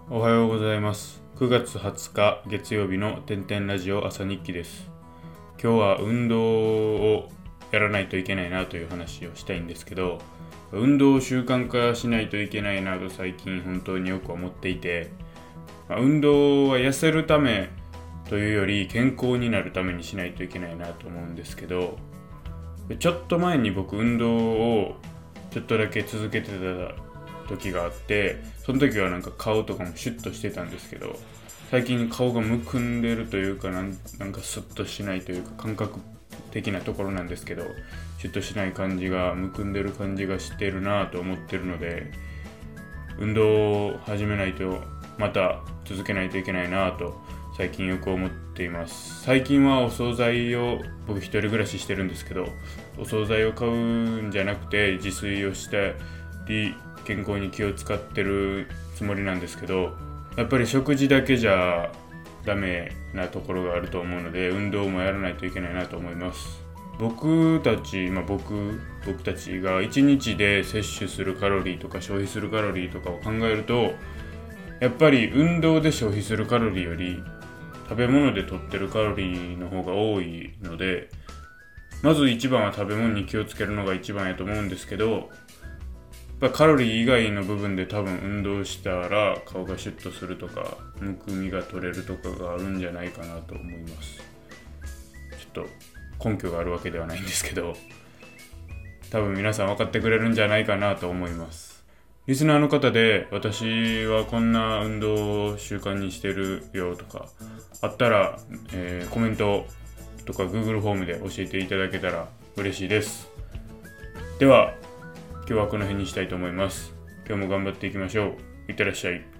おはようございます。9月20日月曜日のてんてんラジオ朝日記です。今日は運動をやらないといけないなという話をしたいんですけど、運動を習慣化しないといけないなと最近本当によく思っていて、運動は痩せるためというより健康になるためにしないといけないなと思うんですけど、ちょっと前に僕運動をちょっとだけ続けてた時があって、その時はなんか顔とかもシュッとしてたんですけど、最近顔がむくんでるというかなんかスッとしないというか感覚的なところなんですけど、シュッとしない感じがむくんでる感じがしてるなと思ってるので、運動を始めないとまた続けないといけないなと最近よく思っています。最近はお惣菜を僕一人暮らししてるんですけど、お惣菜を買うんじゃなくて自炊をしたり健康に気を使ってるつもりなんですけど、やっぱり食事だけじゃダメなところがあると思うので、運動もやらないといけないなと思います。僕たちが1日で摂取するカロリーとか消費するカロリーとかを考えると、やっぱり運動で消費するカロリーより食べ物で摂ってるカロリーの方が多いので、まず一番は食べ物に気をつけるのが一番やと思うんですけど、カロリー以外の部分で多分運動したら顔がシュッとするとかむくみが取れるとかがあるんじゃないかなと思います。ちょっと根拠があるわけではないんですけど、多分皆さん分かってくれるんじゃないかなと思います。リスナーの方で私はこんな運動を習慣にしてるよとかあったら、コメントとか Google フォームで教えていただけたら嬉しいです。では今日はこの辺にしたいと思います。今日も頑張っていきましょう。いってらっしゃい。